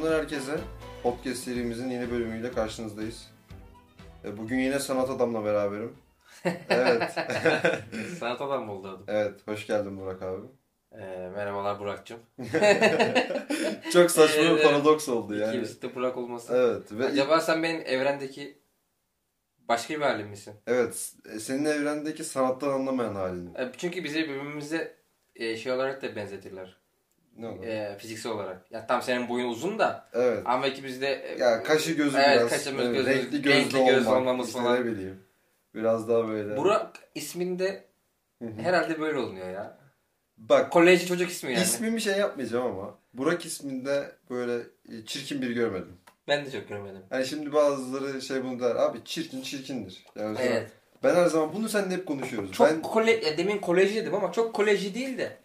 Selamlar herkese. Podcast serimizin yeni bölümüyle karşınızdayız. Bugün yine Sanat Adam'la beraberim. Evet. Sanat adam mı oldu adım? Evet, hoş geldin Burak abi. Merhabalar Burak'cığım. Çok saçma bir paradoks oldu yani. İkimiz de Burak olması. Evet. Acaba sen benim evrendeki başka bir halim misin? Evet, senin evrendeki sanattan anlamayan halin. Çünkü bizi birbirimize şey olarak da benzetirler. Ne olur? Fiziksel olarak. Ya tam senin boyun uzun da. Evet. Ama ikimiz de Ya kaşı gözü evet, biraz kaşımız, gözümüz, renkli gözlü olmamız işte falan. ne bileyim. Biraz daha böyle. Burak isminde herhalde böyle oluyor ya. Bak. Kolejci çocuk ismi yani. İsmimi şey yapmayacağım ama Burak isminde böyle çirkin biri görmedim. Ben de çok görmedim. Yani şimdi bazıları şey bunu der. Abi çirkin çirkindir. Yani evet. Ben her zaman bunu seninle hep konuşuyoruz. Çok demin kolejci dedim ama çok kolejci değil de.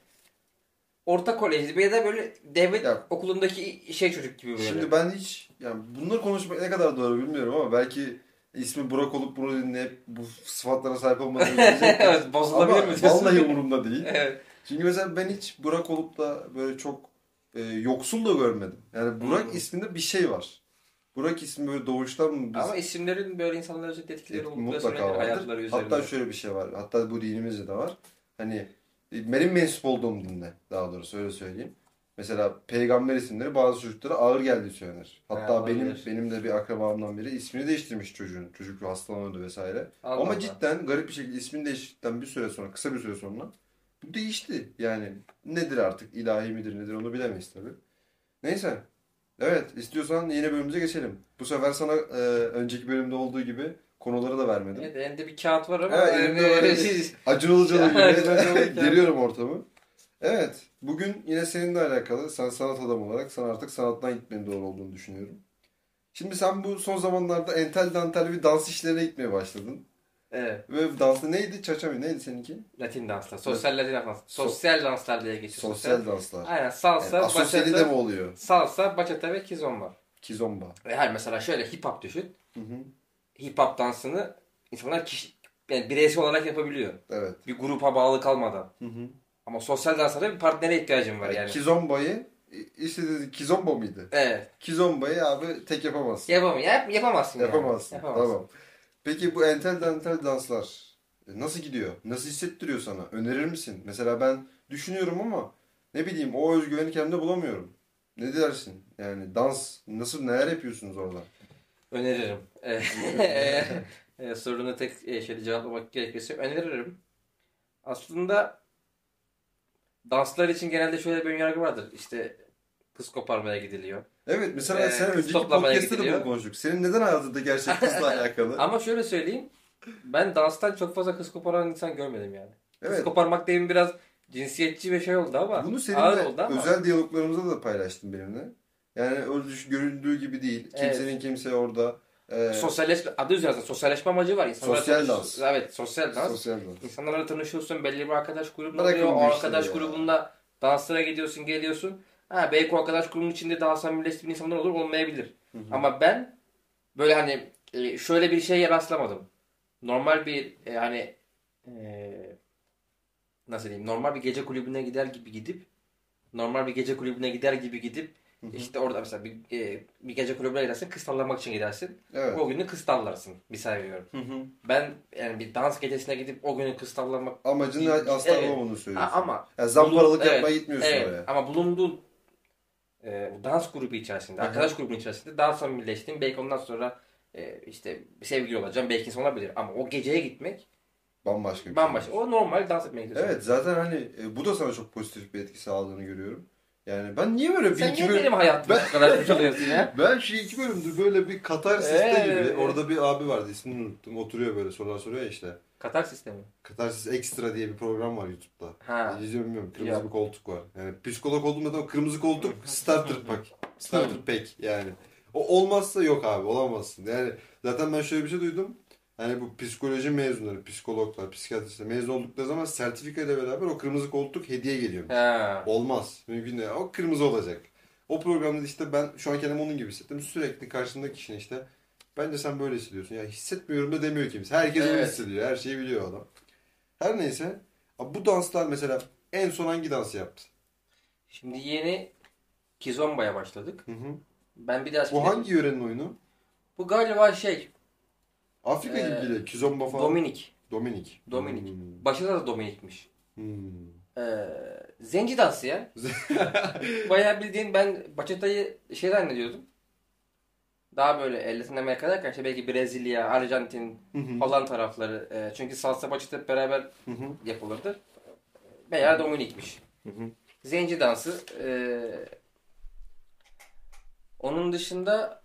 Orta kolejdi ya da böyle devlet okulundaki çocuk gibi böyle. Şimdi ben hiç yani bunları konuşmak ne kadar doğru bilmiyorum ama belki ismi Burak olup bunu dinleyip bu sıfatlara sahip olmadığını bilecek. Evet, bozulabilir mi? Vallahi umurumda değil. Evet. Çünkü mesela ben hiç Burak olup da böyle çok yoksul da görmedim. Yani Burak isminde bir şey var. Burak ismi böyle doğuştan mı? Ama isimlerin böyle insanlara üzerinde etkileri olduğu mutlaka hayatları üzerinde. Hatta şöyle bir şey var. Hatta bu dinimizde de var. Hani benim mensup olduğum dinde daha doğrusu öyle söyleyeyim. Mesela peygamber isimleri bazı çocuklara ağır geldiği söylenir. Hatta benim de bir akrabamdan biri ismini değiştirmiş çocuğun. Çocuk hastalanıyordu vesaire. Ama cidden garip bir şekilde ismini değiştirdikten bir süre sonra, kısa bir süre sonra bu değişti. Yani nedir artık, ilahi midir nedir onu bilemeyiz tabii. Neyse. Evet, istiyorsan yeni bölümümüze geçelim. Bu sefer sana önceki bölümde olduğu gibi konuları da vermedim. Evet, elinde bir kağıt var ama. Evet, elimde böyle Acun Ilıcalı gibi geliyorum ortamı. Evet, bugün yine seninle alakalı. Sen sanat adamı olarak sana artık sanattan gitmenin doğru olduğunu düşünüyorum. Şimdi sen bu son zamanlarda entel dantel bir dans işlerine gitmeye başladın. Evet. Ve dansı neydi? Çaça mı? Neydi seninki? Latin danslar. Sosyal Latin dans. Sosyal danslar diye geçiyor. Sosyal danslar. Aynen. Salsa, yani asosyali de mi oluyor? Salsa, bachata ve kizomba. Kizomba. Hayır, mesela şöyle hip hop düşün. Hı hı. Hip hop dansını insanlar yani bireysel olarak yapabiliyor. Evet. Bir grupa bağlı kalmadan. Hı hı. Ama sosyal danslarda bir partnere ihtiyacım var yani. Kizomba'yı işte Kizomba mıydı? Evet. Kizomba'yı abi tek yapamazsın. Yapamazsın. Yapamazsın. Tamam. Peki bu entel dantel danslar nasıl gidiyor? Nasıl hissettiriyor sana? Önerir misin? Mesela ben düşünüyorum ama ne bileyim o özgüveni kendimde bulamıyorum. Ne dersin? Yani dans neler yapıyorsunuz orada? Öneririm. Sorunu tek şeyde cevaplamak gerekirse öneririm. Aslında danslar için genelde şöyle bir önyargı vardır. İşte kız koparmaya gidiliyor. Evet, mesela sen önceki podcast'ta da bunu konuştuk. Senin neden hayatında gerçek kızla alakalı? Ama şöyle söyleyeyim. Ben danstan çok fazla kız koparan insan görmedim yani. Evet. Kız koparmak deyim biraz cinsiyetçi ve şey oldu ama. Bunu seninle özel diyaloglarımızda da paylaştın benimle. Yani öyle göründüğü gibi değil. Kimsenin evet. Kimseye orada sosyalleşme, adı üzerinde sosyalleşme amacı var. Sosyal dans. Evet, sosyal dans. Sosyal dans. İnsanlarla tanışıyorsun, belli bir arkadaş grubunda oluyor. O arkadaş grubunda danslara gidiyorsun, geliyorsun. Belki o arkadaş grubunun içinde daha samimileştiğin insanlar olur, olmayabilir. Hı hı. Ama ben böyle hani şöyle bir şeye rastlamadım. Normal bir nasıl diyeyim? Normal bir gece kulübüne gider gibi gidip işte orada mesela bir gece kulübüne gidersin, kız tavlamak için gidersin. Evet. O günü kız tavlarsın. Misal veriyorum. Ben yani bir dans gecesine gidip o günü kız tavlamak amacın asla olmadığını söylüyorsun. Ama yani zamparalık yapmaya gitmiyorsun oraya. Ama bulunduğun dans grubu içerisinde, arkadaş grubunun içerisinde daha samimileştin. Belki ondan sonra işte sevgili olacağım. Belki insan olabilir. Ama o geceye gitmek bambaşka bir şey. O normal dans etmeye gidiyorsun. Evet, zaten hani bu da sana çok pozitif bir etki sağladığını görüyorum. Yani ben niye böyle Sen niye benim hayatımı bu kadar kurcalıyorsun ya? Ben şu 2 bölümdür böyle bir Katar sistemi gibi. Orada bir abi vardı, ismini unuttum. Oturuyor böyle sorular soruyor ya işte. Katar sistemi. Katarsis Extra diye bir program var YouTube'da. İzliyorum bilmiyorum. Kırmızı bir koltuk var. Yani psikolog olduğumda da kırmızı koltuk starter pack yani. O olmazsa yok abi, olamazsın. Yani zaten ben şöyle bir şey duydum. Hani bu psikoloji mezunları, psikologlar, psikiyatristler mezun oldukları zaman sertifika ile beraber o kırmızı koltuk hediye geliyormuş. Olmaz. Mümkün değil. O kırmızı olacak. O programda işte ben şu an kendimi onun gibi hissettim. Sürekli karşımdaki kişinin işte bence sen böyle hissediyorsun. Ya hissetmiyorum da demiyor kimse. Herkes öyle hissediyor. Her şeyi biliyor adam. Her neyse. Bu danslar mesela en son hangi dansı yaptın? Şimdi yeni Kizomba'ya başladık. Hı hı. Ben bir daha Bu hangi yörenin oyunu? Bu galiba Afrika ilgili. Kizomba falan. Dominik. Dominik. Başında da Dominik'miş. Hmm. Zenci dansı ya. Bayağı bildiğin ben bachata'yı zannediyordum. Daha böyle Latin Amerika derken belki Brezilya, Arjantin falan tarafları. Çünkü salsa bachata hep beraber yapılırdı. Bayağı Dominik'miş. Zenci dansı. Onun dışında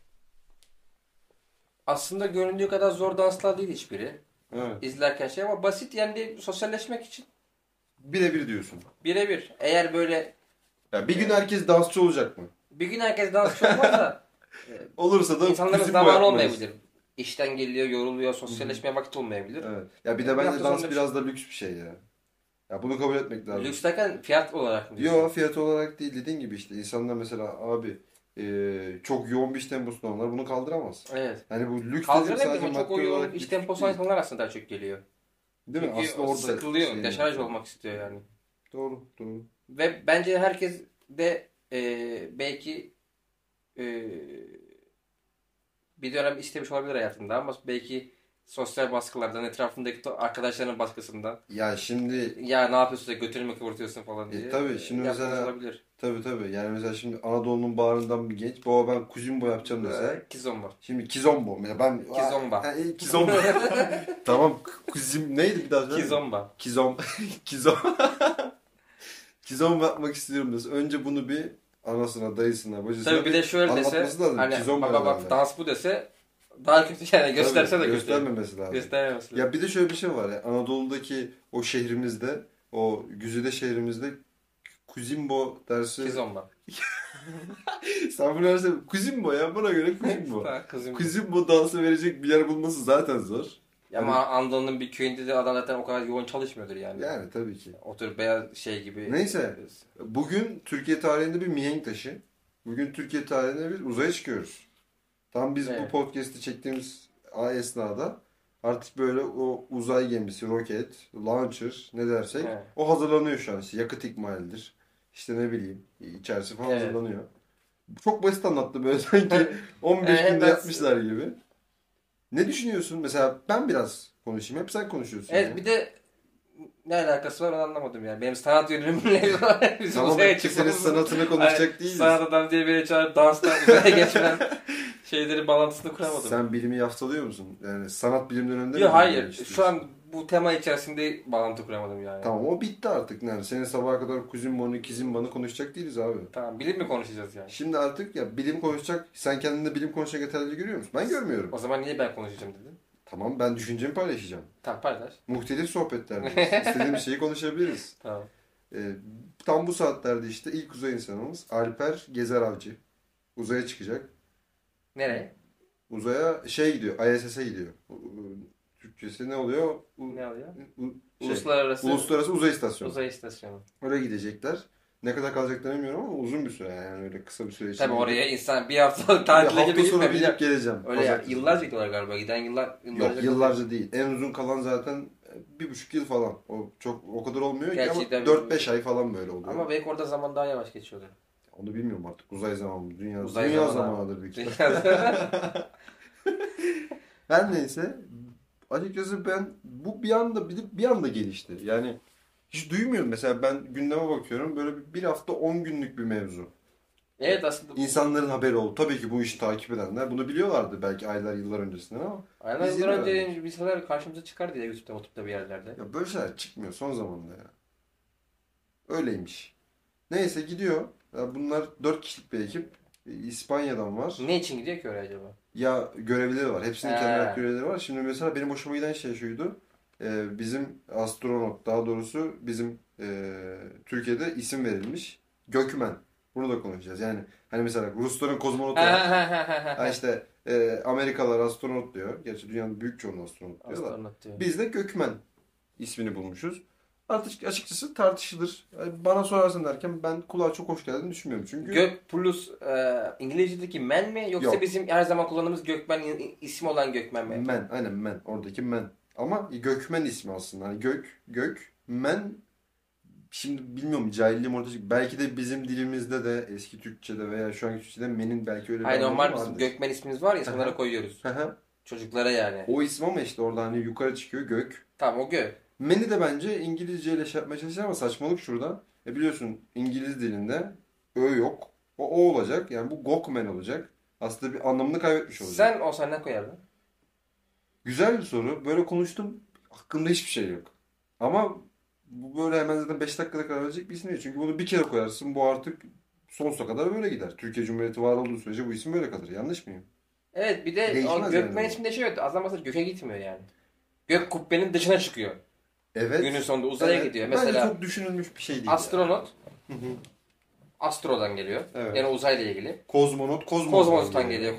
aslında göründüğü kadar zor danslar değil hiçbiri. Evet. İzlerken ama basit yani sosyalleşmek için. Birebir diyorsun. Birebir. Eğer böyle... Ya bir gün herkes dansçı olacak mı? Bir gün herkes dansçı olmaz da olursa da insanların zamanı olmayabilir. İşten geliyor, yoruluyor, sosyalleşmeye vakit olmayabilir. Evet. Ya bir de bence dans biraz da lüks bir şey ya. Ya bunu kabul etmek lazım. Lüks derken fiyat olarak mı diyorsun? Yok, fiyat olarak değil, dediğin gibi işte. İnsanlar mesela abi çok yoğun bir iş temposunda onlar bunu kaldıramaz. Evet. Yani bu lüks kaldırabilir ama çok o yoğun iş temposu insanlar aslında daha çok geliyor. Değil mi? Çünkü aslında orada sıkılıyor, deşarj olmak istiyor yani. Doğru. Ve bence herkes de belki bir dönem istemiş olabilir hayatında ama belki sosyal baskılardan, etrafındaki arkadaşlarının baskısından. Ya şimdi... Ya ne yapıyorsun da götünü mü kıvırtıyorsun falan diye. Tabii şimdi mesela... Olabilir. Tabii. Yani mesela şimdi Anadolu'nun bağrından bir genç. Baba ben kuzimbo yapacağım mesela. Kizomba. Şimdi kizombo. Mesela ben... Kizomba. Kizomba. Tamam. Kuzim neydi bir daha? Kizomba. Kizomba yapmak istiyorum mesela. Önce bunu bir anasına, dayısına, bacısına tabii bir de şöyle dese lazım. hani baba bak dans bu dese daha kötü yani gösterse de göstermemesi lazım. Göstermemesi lazım. Ya bir de şöyle bir şey var ya, Anadolu'daki o şehrimizde, o güzide şehrimizde Kuzimbo dersi... Kizomba. Sen bunu dersen Kuzimbo ya, bana göre Kuzimbo. Kuzimbo dansı verecek bir yer bulması zaten zor. Ya ama Anadolu'nun bir köyünde de adam zaten o kadar yoğun çalışmıyordur yani. Yani tabii ki. Oturup beyaz gibi. Neyse. Bugün Türkiye tarihinde bir mihenk taşı. Bugün Türkiye tarihinde bir uzaya çıkıyoruz. Tam biz bu podcast'i çektiğimiz esnada artık böyle o uzay gemisi, roket, launcher ne dersek o hazırlanıyor şu an. İşte yakıt ikmalidir. İşte ne bileyim içerisi falan hazırlanıyor. Çok basit anlattı böyle sanki 15 günde yapmışlar gibi. Ne düşünüyorsun? Mesela ben biraz konuşayım. Hep sen konuşuyorsun. Evet yani. Bir de ne alakası var onu anlamadım yani. Benim sanat yönümle var. Biz tamam, senin sanatını konuşacak değiliz. Sanat adam diye beni çağırıp danstan uzaya geçmem şeyleri bağlantısını kuramadım. Sen bilimi yaftalıyor musun? Yani sanat bilimden önde mi? Yok hayır. Şu an bu tema içerisinde bağlantı kuramadım yani. Tamam o bitti artık. Yani senin sabaha kadar Kuzimbo'nu, Kizimbo'nu konuşacak değiliz abi. Tamam bilim mi konuşacağız yani? Şimdi artık ya bilim konuşacak. Sen kendinde bilim konuşacak yeterli görüyor musun? Ben görmüyorum. O zaman niye ben konuşacağım dedin? Tamam ben düşüncemi paylaşacağım. Tamam paylaş. Muhtelif sohbetlerdeyiz. İstediğimiz şeyi konuşabiliriz. Tamam. Tam bu saatlerde işte ilk uzay insanımız Alper Gezer Avcı. Uzaya çıkacak. Nereye? Uzaya gidiyor. ISS'e gidiyor. Türkçesi ne oluyor? Ne oluyor? Uluslararası Uzay İstasyonu. Uzay İstasyonu. Oraya gidecekler. Ne kadar kalacaklarını bilmiyorum ama uzun bir süre yani öyle kısa bir süre için. Tabii oraya insan bir haftalık tatile gibi gidip geleceğim. Öyle ya, yıllarca gidiyorlar galiba. Giden Yok yıllarca değil. En uzun kalan zaten 1,5 yıl falan. O kadar olmuyor ki ama 4-5 ay falan böyle oluyor. Ama belki orada zaman daha yavaş geçiyordu. Onu bilmiyorum artık. Uzay zamanı, dünya zamanıdır büyük ihtimalle. Her neyse açıkçası ben bu bir anda gelişti. Yani hiç duymuyorum. Mesela ben gündeme bakıyorum. Böyle bir hafta 10 günlük bir mevzu. Evet aslında. İnsanların haberi oldu. Tabii ki bu işi takip edenler bunu biliyorlardı belki yıllar öncesinden ama. Aylar yıllar önce bir şeyler karşımıza çıkar diye YouTube'da bir yerlerde. Ya böyle şeyler çıkmıyor son zamanda ya. Öyleymiş. Neyse gidiyor. Ya bunlar 4 kişilik bir ekip. İspanya'dan var. Ne için gidiyor ki oraya acaba? Ya görevlileri var. Hepsinin kendi görevleri var. Şimdi mesela benim hoşuma giden şey şuydu. Bizim astronot, daha doğrusu bizim Türkiye'de isim verilmiş. Gökmen. Bunu da konuşacağız. Yani hani mesela Rusların kozmonotu var. İşte Amerikalılar astronot diyor. Gerçi dünyanın büyük çoğunluğu astronot diyorlar. Biz de Gökmen ismini bulmuşuz. Artık açıkçası tartışılır. Bana sorarsan derken ben kulağa çok hoş geldiğini düşünmüyorum. Çünkü Gök plus İngilizce'deki men mi yoksa yok. Bizim her zaman kullandığımız Gökmen ismi olan Gökmen mi? Men, aynen men. Oradaki men. Ama Gökmen ismi aslında. Hani men şimdi bilmiyorum, cahilliğim ortaya çıkıyor. Belki de bizim dilimizde de eski Türkçe'de veya şu anki Türkçe'de Men'in belki öyle bir Hayır, anlamı normal vardır. bizim Gökmen ismimiz var ya, insanlara koyuyoruz. Çocuklara yani. O isim ama işte orada hani yukarı çıkıyor Gök. Tamam, o Gök. Men'i de bence İngilizceyle şey yapmaya çalışıyor ama saçmalık şurada. Biliyorsun İngiliz dilinde Ö yok. O olacak. Yani bu Gokmen olacak. Aslında bir anlamını kaybetmiş olacak. Sen olsan ne koyardın? Güzel bir soru. Böyle konuştum. Hakkında hiçbir şey yok. Ama bu böyle hemen zaten 5 dakikada karar verecek bir isim değil. Çünkü bunu bir kere koyarsın. Bu artık sonsuza kadar böyle gider. Türkiye Cumhuriyeti var olduğu sürece bu isim böyle kalır. Yanlış mıyım? Evet, bir de Değişmez Gökmen yani. isminde şey yok. Az zaman Gök'e gitmiyor yani. Gök kubbenin dışına çıkıyor. Evet. Günün sonunda uzaya gidiyor. Bence Mesela çok düşünülmüş bir şey değil. astronot. Yani. Astro'dan geliyor. Evet. Yani uzayla ilgili. Kozmonot'tan geliyor.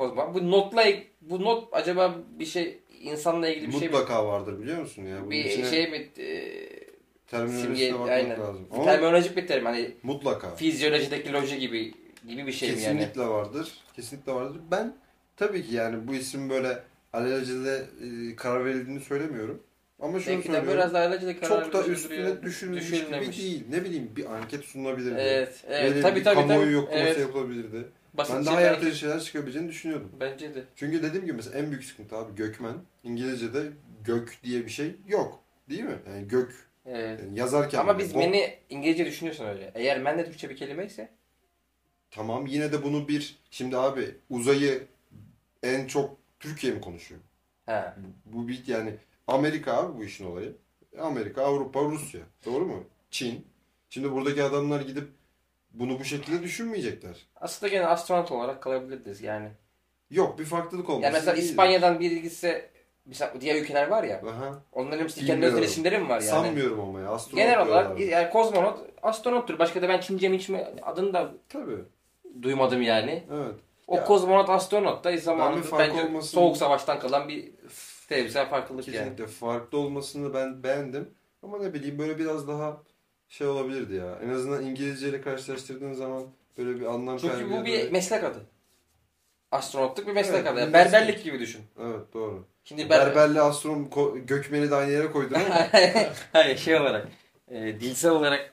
Bu not acaba bir şey, insanla ilgili bir şey mi? Mutlaka vardır, biliyor musun ya? Bunun Bir içine şey mi? terminolojisine bakmak Aynen. lazım. Ama Terminolojik bir terim. Hani mutlaka. fizyolojideki loji gibi bir şey mi yani? Kesinlikle vardır. Kesinlikle vardır. Ben tabii ki yani bu isim böyle alelacele karar verildiğini söylemiyorum. Ama şunu Belki de söylüyorum. biraz ailece karar Çok da verilmiş üstüne duruyor. düşünülmüş gibi değil. Ne bileyim, bir anket sunulabilirdi. Evet. Böyle Tabii bir kamuoyu tabii. yoklaması Evet. yapılabilirdi. Basit Ben şey daha belki. yaratıcı şeyler çıkabileceğini düşünüyordum. Bence de. Çünkü dediğim gibi mesela en büyük sıkıntı abi Gökmen. İngilizce'de gök diye bir şey yok. Değil mi? Yani gök. Evet. Yani yazarken Ama bile biz Men'i İngilizce düşünüyorsun öyle. Eğer Men de Türkçe bir kelime ise. Tamam, yine de bunu şimdi abi uzayı en çok Türkiye mi konuşuyor? Ha. Bu bir yani Amerika abi bu işin olayı. Amerika, Avrupa, Rusya. Doğru mu? Çin. Şimdi buradaki adamlar gidip bunu bu şekilde düşünmeyecekler. Aslında gene astronot olarak kalabiliriz yani. Yok, bir farklılık olması Yani mesela iyidir. İspanya'dan biri gitse, mesela diğer ülkeler var ya. Aha. Onların hepsi kendi özel isimleri mi var yani? Sanmıyorum ama ya. Astronot Genel olarak diyorlar. yani kozmonot astronottur. Başka da ben Çince mi adını da Tabii. duymadım yani. Evet. O Ya, kozmonot astronot da zamanında bence olmasını... soğuk savaştan kalan bir sevgisel farklılık Kesinlikle yani. farklı olmasını ben beğendim. Ama ne bileyim böyle biraz daha şey olabilirdi ya. En azından İngilizce ile karşılaştırdığın zaman böyle bir anlam kaybı. Çünkü bu bir meslek adı. Astronotluk bir meslek Evet, adı. bir Yani meslek. berberlik gibi düşün. Evet, doğru. Şimdi Berberle astronom Gökmen'i de aynı yere koydun ama. Hayır, şey olarak dilsel olarak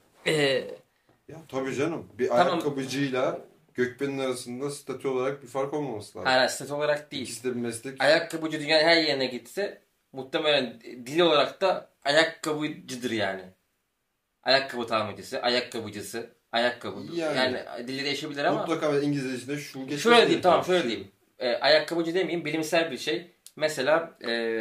Ya tabii canım. Bir tamam. ayakkabıcıyla Gökmen'in arasında statü olarak bir fark olmaması lazım. Hayır, statü olarak değil. İkisi de bir meslek. Ayakkabıcı dünyanın her yerine gitse muhtemelen dil olarak da ayakkabıcıdır yani. Ayakkabı tamircisi, ayakkabıcısı, ayakkabı. Yani dili değişebilir ama. Mutlaka İngilizce içinde şu geçmesi. Şöyle diyeyim, tamam şöyle diyeyim. Ayakkabıcı demeyeyim, bilimsel bir şey. Mesela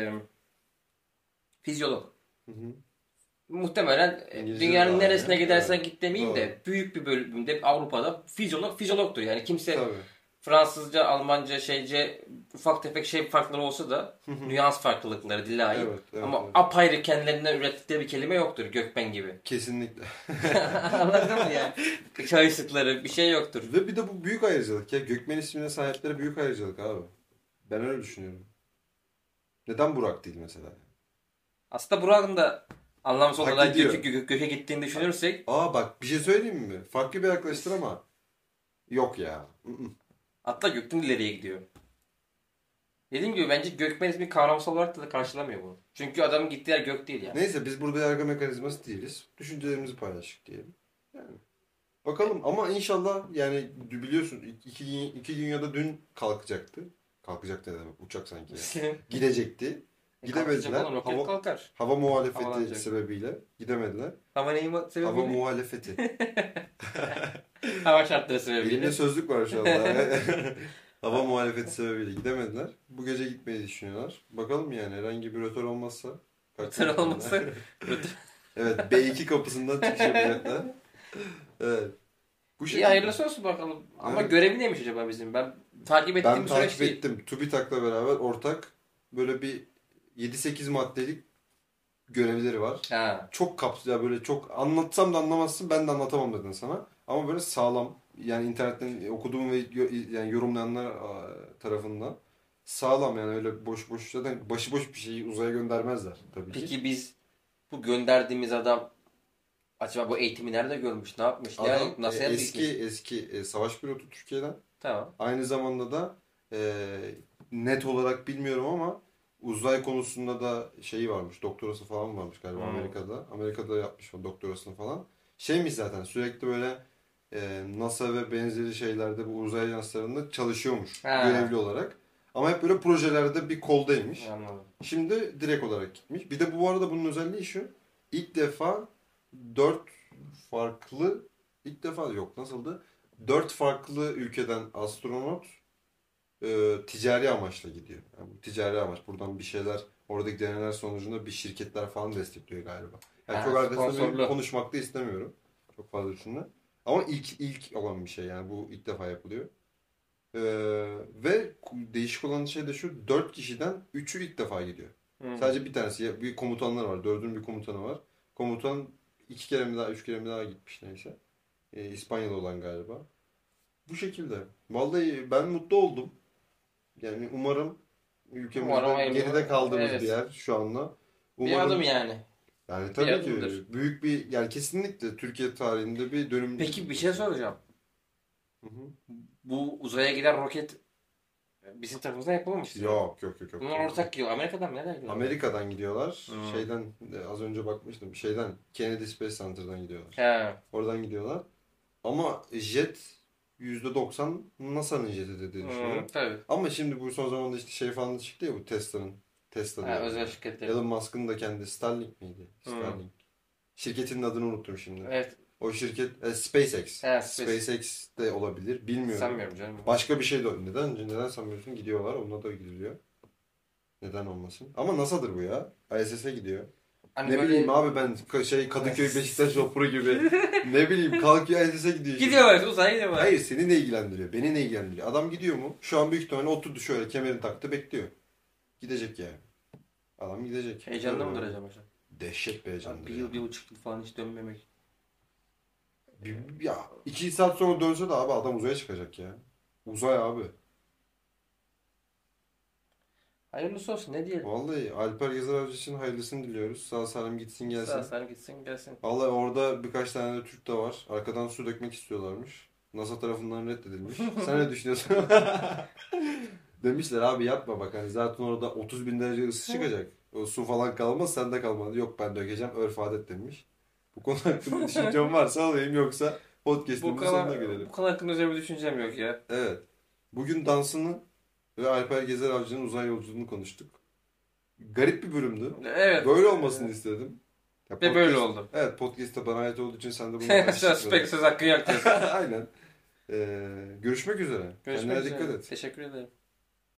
fizyolog. Hı hı. Muhtemelen İngilizce dünyanın daha neresine iyi. gidersen Evet. git demeyeyim de Doğru. büyük bir bölümünde Avrupa'da fizyologtur. Yani kimse Tabii. Fransızca, Almanca, ufak tefek farkları olsa da nüans farklılıkları dile ait. Evet, Ama evet. apayrı kendilerine ürettikleri bir kelime yoktur. Gökmen gibi. Kesinlikle. Anladın mı yani? Çalıştıkları bir şey yoktur. Ve bir de bu büyük ayrıcalık ya. Gökmen ismine sahipleri büyük ayrıcalık abi. Ben öyle düşünüyorum. Neden Burak değil mesela? Aslında Burak'ın da anlamsal Hak olarak ediyor. göke gittiğini düşünürsek. Bak bir şey söyleyeyim mi? Farklı bir yaklaştır ama yok ya. Hatta gökten ileriye gidiyor. Dediğim gibi bence Gökmen ismi kavramsal olarak da karşılamıyor bunu. Çünkü adamın gittiği yer gök değil yani. Neyse, biz burada yargı mekanizması değiliz. Düşüncelerimizi paylaştık diyelim. Yani. Bakalım ama inşallah yani biliyorsun iki gün ya da dün kalkacaktı. Kalkacaktı ne demek? Uçak sanki ya. Gidecekti. Gidemediler. Kalkar. Hava muhalefeti Havalanacak. sebebiyle gidemediler. Hava neyi sebebiyle? Hava muhalefeti. Hava şartları sebebiyle. Elimde sözlük var şu anda. Hava muhalefeti sebebiyle gidemediler. Bu gece gitmeyi düşünüyorlar. Bakalım yani herhangi bir rötar olmazsa. Rötar olmazsa. Evet, B2 kapısından çıkış yapacaklar. Evet. Bu İyi, hayırlısı olsun bakalım. Ama evet. Görevi neymiş acaba bizim? Ben takip ettiğim bir süreç değil. ettim. TÜBİTAK'la beraber ortak böyle bir 7-8 maddelik görevleri var. Ha. Çok kapsıyor böyle, çok anlatsam da anlamazsın, ben de anlatamam dedin sana. Ama böyle sağlam, yani internetten okuduğum ve yani yorumlayanlar tarafından sağlam, yani öyle boş zaten başıboş bir şeyi uzaya göndermezler tabii ki. Peki biz bu gönderdiğimiz adam acaba bu eğitimi nerede görmüş? Ne yapmış? Adam Nasıl eski savaş pilotu Türkiye'den. Tamam. Aynı zamanda da net olarak bilmiyorum ama uzay konusunda da şeyi varmış. Doktorası falan varmış galiba Amerika'da. Amerika'da yapmış o doktorasını falan. Şeymiş zaten sürekli böyle NASA ve benzeri şeylerde bu uzay ajanslarında çalışıyormuş görevli olarak. Ama hep böyle projelerde bir koldaymış. Anladım. Şimdi direkt olarak gitmiş. Bir de bu arada bunun özelliği şu. İlk defa 4 farklı yok nasıldı? 4 farklı ülkeden astronot ticari amaçla gidiyor. Yani bu ticari amaç. Buradan bir şeyler oradaki denemeler sonucunda bir şirketler falan destekliyor galiba. Yani çok arkasında konuşmak da istemiyorum. Çok fazla üstünde. Ama ilk olan bir şey yani bu ilk defa yapılıyor. Ve değişik olan şey de şu 4 kişiden 3'ü ilk defa gidiyor. Sadece bir tanesi bir komutanlar var. 4'ün bir komutanı var. Komutan 2 kere mi daha 3 kere mi daha gitmiş neyse. İspanya'da olan galiba. Bu şekilde. Vallahi ben mutlu oldum. Yani umarım ülkemizde geride kaldığımız bir yer şu anda. Bir adım yani. Yani tabii ki büyük bir yani kesinlikle Türkiye tarihinde bir dönüm. Peki bir şey soracağım. Bu uzaya giden roket bizim tarafımızdan yapılmamıştır. Yok. Bunlar ortak gidiyor. Amerika'dan mı? Nereden gidiyorlar? Amerika'dan gidiyorlar. Şeyden az önce bakmıştım. Kennedy Space Center'dan gidiyorlar. He. Oradan gidiyorlar. Ama jet %90 NASA'nın jeti de düşünüyorum. Tabii. Ama şimdi bu son zamanlarda işte şey falan çıktı ya bu Tesla'nın. Özel şirketleri. Elon Musk'ın da kendi Starlink miydi? Starlink. Şirketinin adını unuttum şimdi. Evet. O şirket SpaceX. SpaceX de olabilir. Bilmiyorum. Sanmıyorum canım. Başka bir şey de neden sanmıyorsun? Gidiyorlar. Onunla da gidiliyor. Neden olmasın? Ama NASA'dır bu ya. ISS'e gidiyor. Hani ne bileyim abi ben Kadıköy Beşiktaş vapuru gibi ne bileyim kalkıyor ISS'e gidiyor. Gidiyorlar uzaya gidiyorlar. Hayır seni ne ilgilendiriyor? Beni ne ilgilendiriyor? Adam gidiyor mu? Şu an büyük ihtimalle oturdu şöyle kemerini taktı bekliyor. Gidecek yani. Adam gidecek. Heyecanlı mıdır acaba? Dehşet bir heyecandır. Bir yıl, 1,5 yıl falan hiç dönmemek. Ya 2 saat sonra dönse de abi adam uzaya çıkacak ya. Uzay abi. Hayırlısı olsun ne diyelim. Vallahi Alper Gezer Avcı için hayırlısını diliyoruz. Sağ salim gitsin gelsin. Sağ salim gitsin gelsin. Vallahi orada birkaç tane de Türk de var. Arkadan su dökmek istiyorlarmış. NASA tarafından reddedilmiş. Sen ne düşünüyorsun? Demişler abi yapma bak hani zaten orada 30 bin derece ısı çıkacak. O su falan kalmaz sende kalmadı. Yok ben dökeceğim örf adet demiş. Bu konu hakkında düşüncem varsa alayım yoksa podcast'ımızın sonuna gelelim. Bu konu hakkında özel bir düşüncem yok ya. Evet. Bugün dansını ve Alper Gezer Avcı'nın uzay yolculuğunu konuştuk. Garip bir bölümdü. Evet. Böyle olmasını istedim. Ve böyle oldu. Evet podcast'ta bana ait olduğu için sen de bunu söz hakkı yok. Aynen. Görüşmek üzere. Kendine dikkat et. Teşekkür ederim.